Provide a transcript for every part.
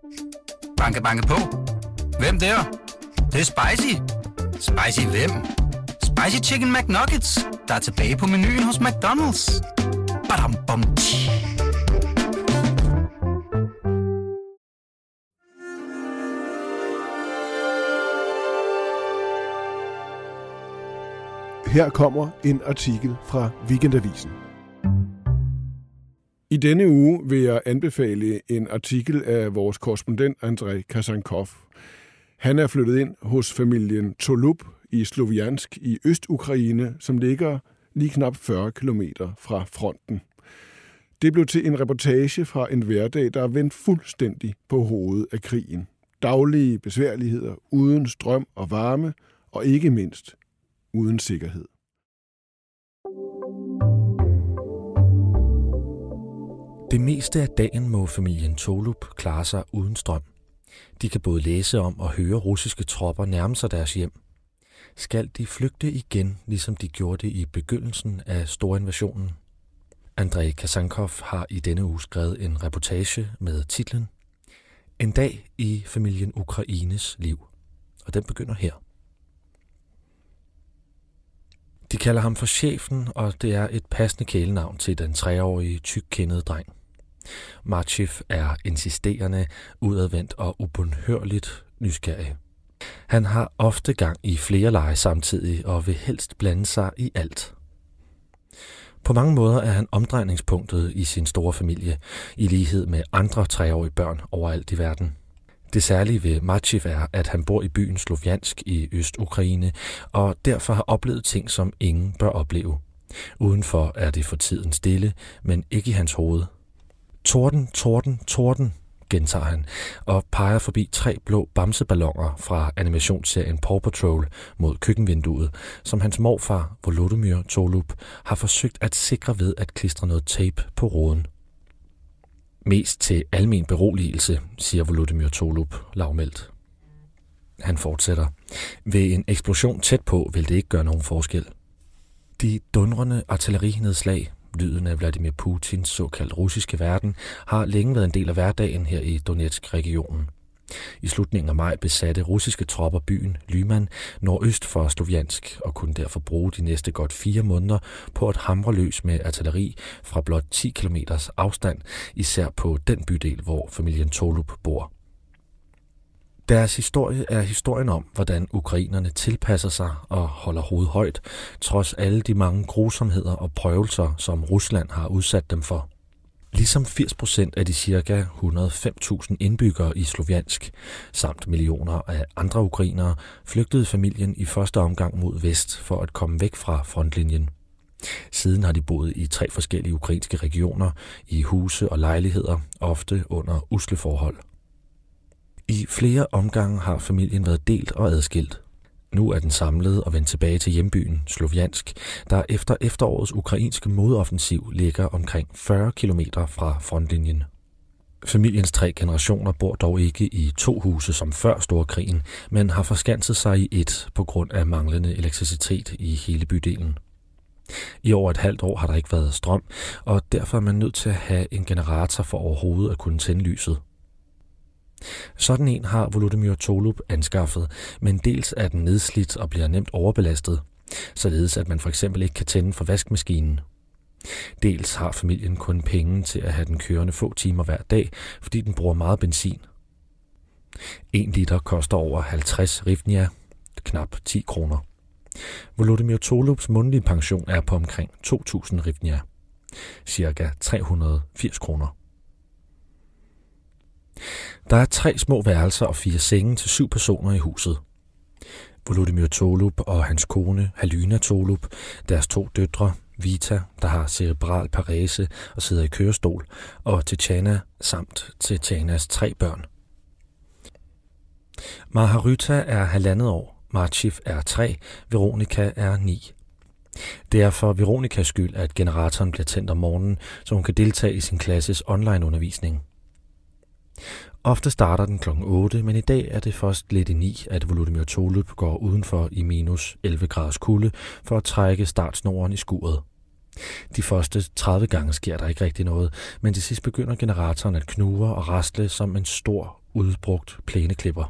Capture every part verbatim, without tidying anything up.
Banke, banke på. Hvem der? Det, det er spicy. Spicy hvem? Spicy Chicken McNuggets, der er tilbage på menuen hos McDonald's. Badum, bom, tji. Her kommer en artikel fra Weekendavisen. I denne uge vil jeg anbefale en artikel af vores korrespondent Andrej Kasankov. Han er flyttet ind hos familien Tolup i Sloviansk i Øst-Ukraine, som ligger lige knap fyrre kilometer fra fronten. Det blev til en reportage fra en hverdag, der er vendt fuldstændig på hovedet af krigen. Daglige besværligheder uden strøm og varme, og ikke mindst uden sikkerhed. Det meste af dagen må familien Tolup klare sig uden strøm. De kan både læse om og høre russiske tropper nærme sig deres hjem. Skal de flygte igen, ligesom de gjorde det i begyndelsen af storinvasionen? Andrej Kasankov har i denne uge skrevet en reportage med titlen En dag i familien Ukraines liv, og den begynder her. De kalder ham for chefen, og det er et passende kælenavn til den treårige, tykkindede dreng. Marchiv er insisterende, udadvendt og ubønhørligt nysgerrig. Han har ofte gang i flere lege samtidig og vil helst blande sig i alt. På mange måder er han omdrejningspunktet i sin store familie, i lighed med andre treårige børn overalt i verden. Det særlige ved Marchiv er, at han bor i byen Sloviansk i Øst-Ukraine, og derfor har oplevet ting, som ingen bør opleve. Udenfor er det for tiden stille, men ikke i hans hoved. Torden, torden, torden, gentager han, og peger forbi tre blå bamseballoner fra animationsserien Paw Patrol mod køkkenvinduet, som hans morfar, Volodymyr Tolup, har forsøgt at sikre ved at klistre noget tape på ruden. Mest til almen beroligelse, siger Volodymyr Tolup lavmældt. Han fortsætter. Ved en eksplosion tæt på vil det ikke gøre nogen forskel. De dundrende artillerinedslag, lyden af Vladimir Putins såkaldt russiske verden, har længe været en del af hverdagen her i Donetsk-regionen. I slutningen af maj besatte russiske tropper byen Lyman nordøst for Sloviansk og kunne derfor bruge de næste godt fire måneder på at hamre løs med artilleri fra blot ti kilometers afstand, især på den bydel, hvor familien Tolup bor. Deres historie er historien om, hvordan ukrainerne tilpasser sig og holder hovedet højt, trods alle de mange grusomheder og prøvelser, som Rusland har udsat dem for. Ligesom firs procent af de ca. et hundrede og fem tusind indbyggere i Sloviansk, samt millioner af andre ukrainere, flygtede familien i første omgang mod vest for at komme væk fra frontlinjen. Siden har de boet i tre forskellige ukrainske regioner, i huse og lejligheder, ofte under usle forhold. I flere omgange har familien været delt og adskilt. Nu er den samlet og vendt tilbage til hjembyen Sloviansk, der efter efterårets ukrainske modoffensiv ligger omkring fyrre kilometer fra frontlinjen. Familiens tre generationer bor dog ikke i to huse som før storkrigen, men har forskanset sig i et på grund af manglende elektricitet i hele bydelen. I over et halvt år har der ikke været strøm, og derfor er man nødt til at have en generator for overhovedet at kunne tænde lyset. Sådan en har Volodymyr Tolup anskaffet, men dels er den nedslidt og bliver nemt overbelastet, således at man for eksempel ikke kan tænde for vaskemaskinen. Dels har familien kun penge til at have den kørende få timer hver dag, fordi den bruger meget benzin. En liter koster over halvtreds hryvnia, knap ti kroner. Volodymyr Tolups månedlige pension er på omkring to tusind hryvnia, cirka tre hundrede og firs kroner. Der er tre små værelser og fire senge til syv personer i huset. Volodymyr Tolup og hans kone Halina Tolup, deres to døtre, Vita, der har cerebral parese og sidder i kørestol, og Tetjana samt Tetjanas tre børn. Maharyta er halvandet år, Marchiv er tre, Veronika er ni. Det er for Veronikas skyld, at generatoren bliver tændt om morgenen, så hun kan deltage i sin klasses online-undervisning. Ofte starter den klokken otte, men i dag er det først lidt i ni, at Volodymyr Tolup går udenfor i minus elleve graders kulde for at trække startsnoren i skuret. De første tredive gange sker der ikke rigtig noget, men til sidst begynder generatoren at knurre og rasle som en stor, udbrugt plæneklipper.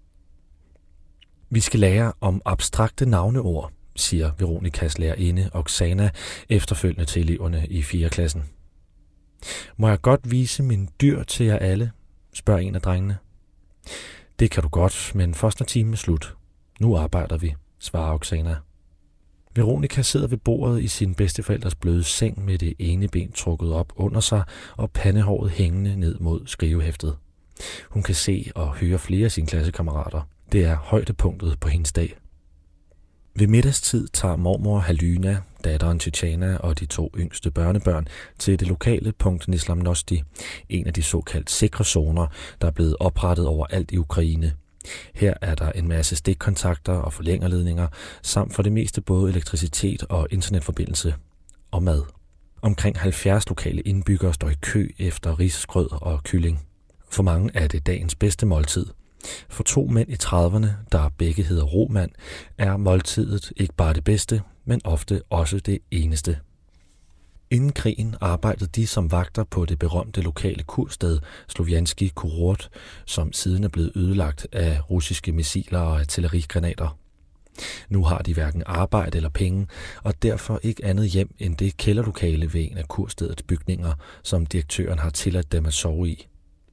Vi skal lære om abstrakte navneord, siger Veronikas lærerinde Oksana efterfølgende til eleverne i fjerde klassen. Må jeg godt vise min dyr til jer alle? Spørger en af drengene. Det kan du godt, men først når timen er slut. Nu arbejder vi, svarer Oksana. Veronika sidder ved bordet i sin bedsteforældres bløde seng med det ene ben trukket op under sig og pandehåret hængende ned mod skrivehæftet. Hun kan se og høre flere af sine klassekammerater. Det er højdepunktet på hendes dag. Ved middagstid tager mormor Halyna, datteren Tjetjana og de to yngste børnebørn til det lokale punkt Neslamnosti, en af de såkaldt sikre zoner, der er blevet oprettet overalt i Ukraine. Her er der en masse stikkontakter og forlængerledninger, samt for det meste både elektricitet og internetforbindelse og mad. Omkring halvfjerds lokale indbyggere står i kø efter risgrød og kylling. For mange er det dagens bedste måltid. For to mænd i trediverne, der begge hedder Roman, er måltidet ikke bare det bedste, men ofte også det eneste. Inden krigen arbejdede de som vagter på det berømte lokale kursted Slovianski Kurort, som siden er blevet ødelagt af russiske missiler og artillerigranater. Nu har de hverken arbejde eller penge, og derfor ikke andet hjem end det kælderlokale ved en af kurstedets bygninger, som direktøren har tilladt dem at sove i.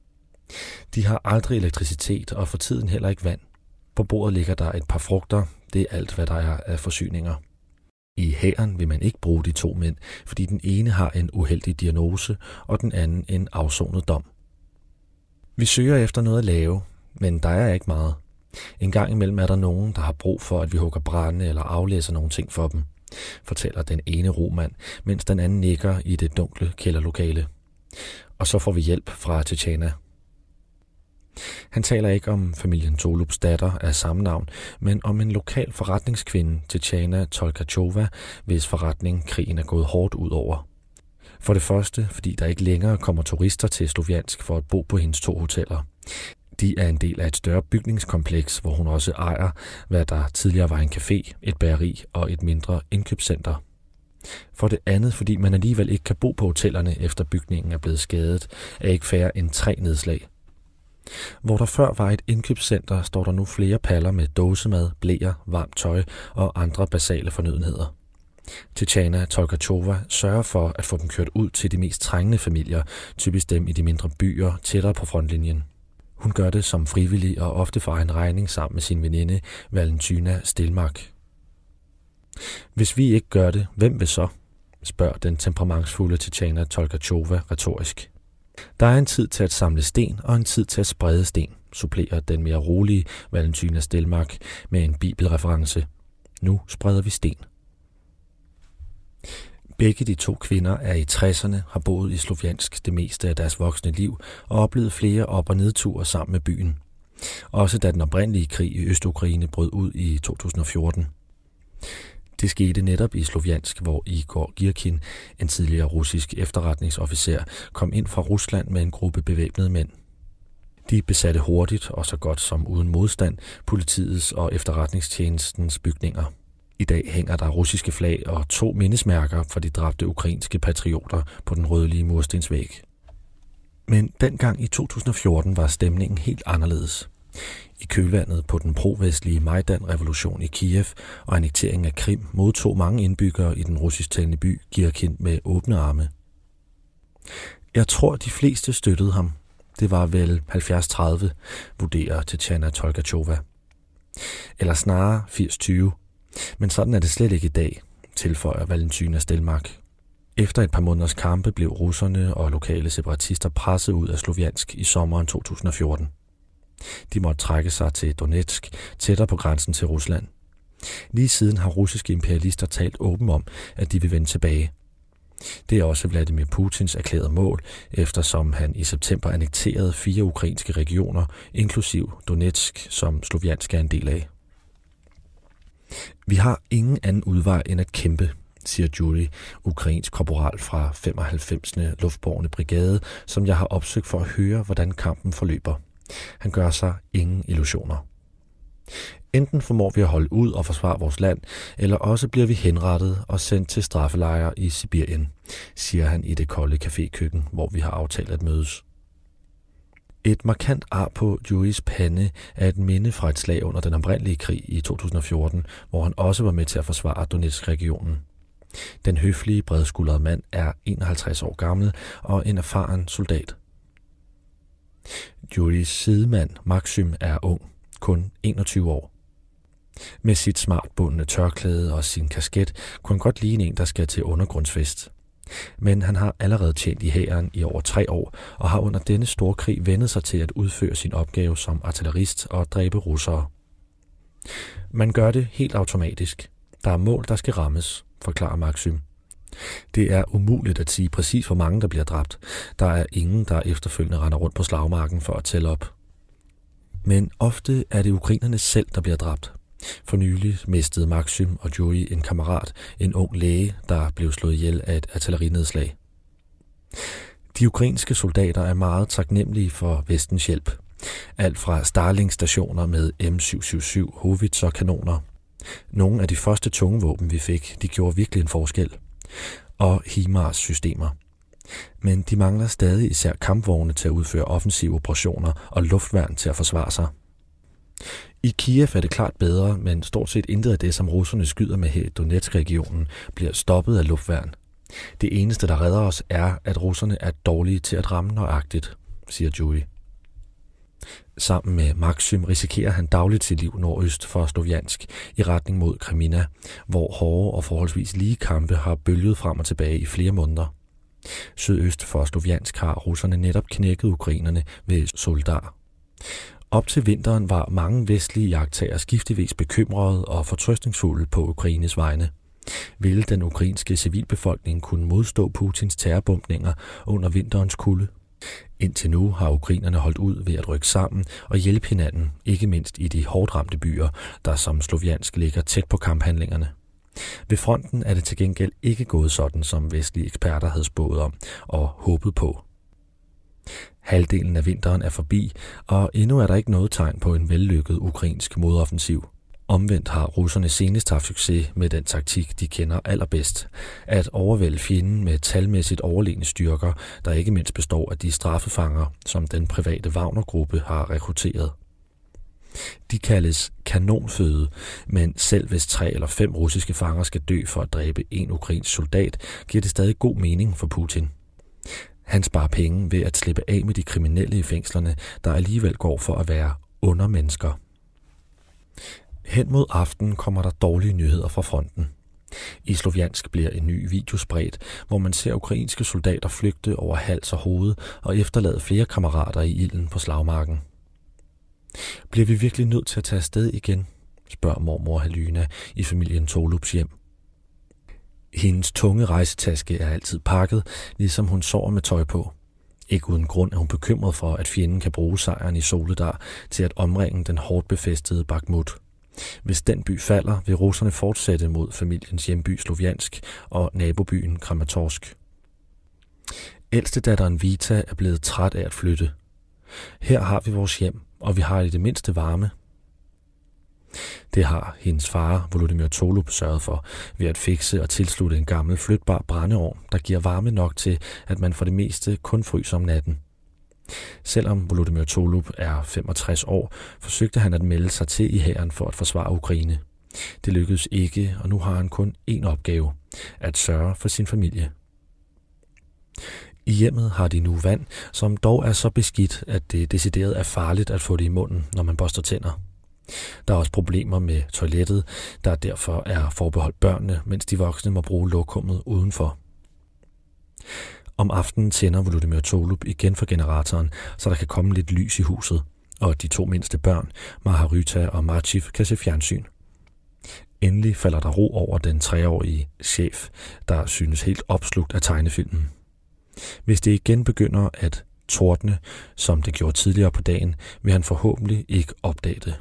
De har aldrig elektricitet og for tiden heller ikke vand. På bordet ligger der et par frugter, det er alt hvad der er af forsyninger. I hæren vil man ikke bruge de to mænd, fordi den ene har en uheldig diagnose, og den anden en afsonet dom. Vi søger efter noget at lave, men der er ikke meget. En gang imellem er der nogen, der har brug for, at vi hugger brænde eller aflæser nogle ting for dem, fortæller den ene romand, mens den anden nikker i det dunkle kælderlokale. Og så får vi hjælp fra Tjetjana. Han taler ikke om familien Tolups datter af samme navn, men om en lokal forretningskvinde, Tjetjana Tolkachova, hvis forretning krigen er gået hårdt ud over. For det første, fordi der ikke længere kommer turister til Sloviansk for at bo på hendes to hoteller. De er en del af et større bygningskompleks, hvor hun også ejer, hvad der tidligere var en café, et bageri og et mindre indkøbscenter. For det andet, fordi man alligevel ikke kan bo på hotellerne, efter bygningen er blevet skadet, er ikke færre end tre nedslag. Hvor der før var et indkøbscenter, står der nu flere paller med dåsemad, bleer, varmt tøj og andre basale fornødenheder. Tjetjana Tolkachova sørger for at få dem kørt ud til de mest trængende familier, typisk dem i de mindre byer tættere på frontlinjen. Hun gør det som frivillig og ofte for egen regning sammen med sin veninde Valentyna Stelmark. Hvis vi ikke gør det, hvem vil så? Spørger den temperamentsfulde Tjetjana Tolkachova retorisk. Der er en tid til at samle sten og en tid til at sprede sten, supplerer den mere rolige Valentyna Stelmark med en bibelreference. Nu spreder vi sten. Begge de to kvinder er i tresserne, har boet i Sloviansk det meste af deres voksne liv og oplevet flere op- og nedture sammen med byen. Også da den oprindelige krig i Øst-Ukraine brød ud i to tusind og fjorten. Det skete netop i Sloviansk, hvor Igor Girkin, en tidligere russisk efterretningsofficer, kom ind fra Rusland med en gruppe bevæbnede mænd. De besatte hurtigt og så godt som uden modstand politiets og efterretningstjenestens bygninger. I dag hænger der russiske flag og to mindesmærker for de dræbte ukrainske patrioter på den rødlige murstensvæg. Men dengang i to tusind og fjorten var stemningen helt anderledes. I kølvandet på den pro-vestlige Majdan-revolution i Kiev og annekteringen af Krim modtog mange indbyggere i den russisktalende by Girkin med åbne arme. Jeg tror, de fleste støttede ham. Det var vel halvfjerds tredive, vurderer Tjetjana Tolkachova. Eller snarere firs tyve. Men sådan er det slet ikke i dag, tilføjer Valentyna Stelmark. Efter et par måneders kampe blev russerne og lokale separatister presset ud af Sloviansk i sommeren to tusind og fjorten. De måtte trække sig til Donetsk, tættere på grænsen til Rusland. Lige siden har russiske imperialister talt åben om, at de vil vende tilbage. Det er også Vladimir Putins erklærede mål, eftersom han i september annekterede fire ukrainske regioner, inklusiv Donetsk, som Sloviansk er en del af. Vi har ingen anden udvej end at kæmpe, siger Jury, ukrainsk korporal fra femoghalvfemsende luftborne brigade, som jeg har opsøgt for at høre, hvordan kampen forløber. Han gør sig ingen illusioner. Enten formår vi at holde ud og forsvare vores land, eller også bliver vi henrettet og sendt til straffelejre i Sibirien, siger han i det kolde cafékøkken, hvor vi har aftalt at mødes. Et markant ar på Joeys pande er et minde fra et slag under den oprindelige krig i to tusind og fjorten, hvor han også var med til at forsvare Donetsk-regionen. Den høflige, bredskuldrede mand er enoghalvtreds år gammel og en erfaren soldat. Joeys sidemand, Maxim, er ung, kun enogtyve år. Med sit smartbundne tørklæde og sin kasket kunne han godt ligne en, der skal til undergrundsfest. Men han har allerede tjent i hæren i over tre år og har under denne store krig vendet sig til at udføre sin opgave som artillerist og dræbe russere. Man gør det helt automatisk. Der er mål, der skal rammes, forklarer Maxim. Det er umuligt at sige præcis, hvor mange der bliver dræbt. Der er ingen, der efterfølgende render rundt på slagmarken for at tælle op. Men ofte er det ukrainerne selv, der bliver dræbt. For nylig mistede Maxim og Joey en kammerat, en ung læge, der blev slået ihjel af et artillerinedslag. De ukrainske soldater er meget taknemmelige for vestens hjælp. Alt fra Starlink-stationer med M syv syv syv Howitzer-kanoner. Nogle af de første tunge våben, vi fik, de gjorde virkelig en forskel. Og HIMARS-systemer. Men de mangler stadig især kampvogne til at udføre offensive operationer og luftværn til at forsvare sig. I Kiev er det klart bedre, men stort set intet af det, som russerne skyder med her i Donetsk-regionen, bliver stoppet af luftværn. Det eneste, der redder os, er, at russerne er dårlige til at ramme nøjagtigt, siger Joey. Sammen med Maxim risikerer han dagligt sit liv nordøst for Sloviansk i retning mod Kremina, hvor hårde og forholdsvis lige kampe har bølget frem og tilbage i flere måneder. Sydøst for Sloviansk har russerne netop knækket ukrainerne ved Soledar. Op til vinteren var mange vestlige iagttagere skiftevis bekymrede og fortrøstningsfulde på Ukraines vegne. Ville den ukrainske civilbefolkning kunne modstå Putins terrorbombninger under vinterens kulde? Indtil nu har ukrainerne holdt ud ved at rykke sammen og hjælpe hinanden, ikke mindst i de hårdt ramte byer, der som Sloviansk ligger tæt på kamphandlingerne. Ved fronten er det til gengæld ikke gået sådan, som vestlige eksperter havde spået om og håbet på. Halvdelen af vinteren er forbi, og endnu er der ikke noget tegn på en vellykket ukrainsk modoffensiv. Omvendt har russerne senest haft succes med den taktik, de kender allerbedst. At overvælde fjenden med talmæssigt overlegne styrker, der ikke mindst består af de straffefanger, som den private Wagner-gruppe har rekrutteret. De kaldes kanonføde, men selv hvis tre eller fem russiske fanger skal dø for at dræbe en ukrainsk soldat, giver det stadig god mening for Putin. Han sparer penge ved at slippe af med de kriminelle i fængslerne, der alligevel går for at være undermennesker. Hen mod aften kommer der dårlige nyheder fra fronten. I Sloviansk bliver en ny video spredt, hvor man ser ukrainske soldater flygte over hals og hoved og efterlade flere kammerater i ilden på slagmarken. Bliver vi virkelig nødt til at tage afsted igen, spørger mormor Halina i familien Tolups hjem. Hendes tunge rejsetaske er altid pakket, ligesom hun sover med tøj på. Ikke uden grund er hun bekymret for, at fjenden kan bruge sejren i Soledar til at omringe den hårdt befæstede Bakhmut. Hvis den by falder, vil russerne fortsætte mod familiens hjemby Sloviansk og nabobyen Kramatorsk. Ældstedatteren Vita er blevet træt af at flytte. Her har vi vores hjem, og vi har i det mindste varme. Det har hendes far, Volodymyr Tolup, sørget for ved at fikse og tilslutte en gammel flytbar brændeovn, der giver varme nok til, at man for det meste kun fryser om natten. Selvom Volodymyr Tolup er femogtres år, forsøgte han at melde sig til i hæren for at forsvare Ukraine. Det lykkedes ikke, og nu har han kun én opgave: at sørge for sin familie. I hjemmet har de nu vand, som dog er så beskidt, at det decideret er farligt at få det i munden, når man børster tænder. Der er også problemer med toilettet, der derfor er forbeholdt børnene, mens de voksne må bruge lokummet udenfor. Om aftenen tænder Volodymyr Tolup igen for generatoren, så der kan komme lidt lys i huset, og de to mindste børn, Maharyta og Marchiv, kan se fjernsyn. Endelig falder der ro over den treårige chef, der synes helt opslugt af tegnefilmen. Hvis det igen begynder at tordne, som det gjorde tidligere på dagen, vil han forhåbentlig ikke opdage det.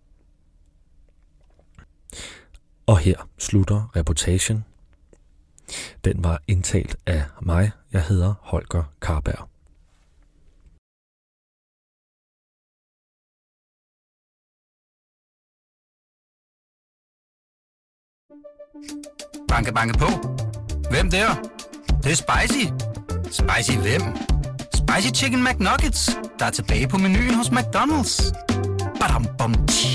Og her slutter reportagen. Den var indtalt af mig. Jeg hedder Holger Karberg. Banke, banke på. Hvem der? Det, det er spicy. Spicy hvem? Spicy Chicken McNuggets, der er tilbage på menuen hos McDonald's. Badum, bom, tji.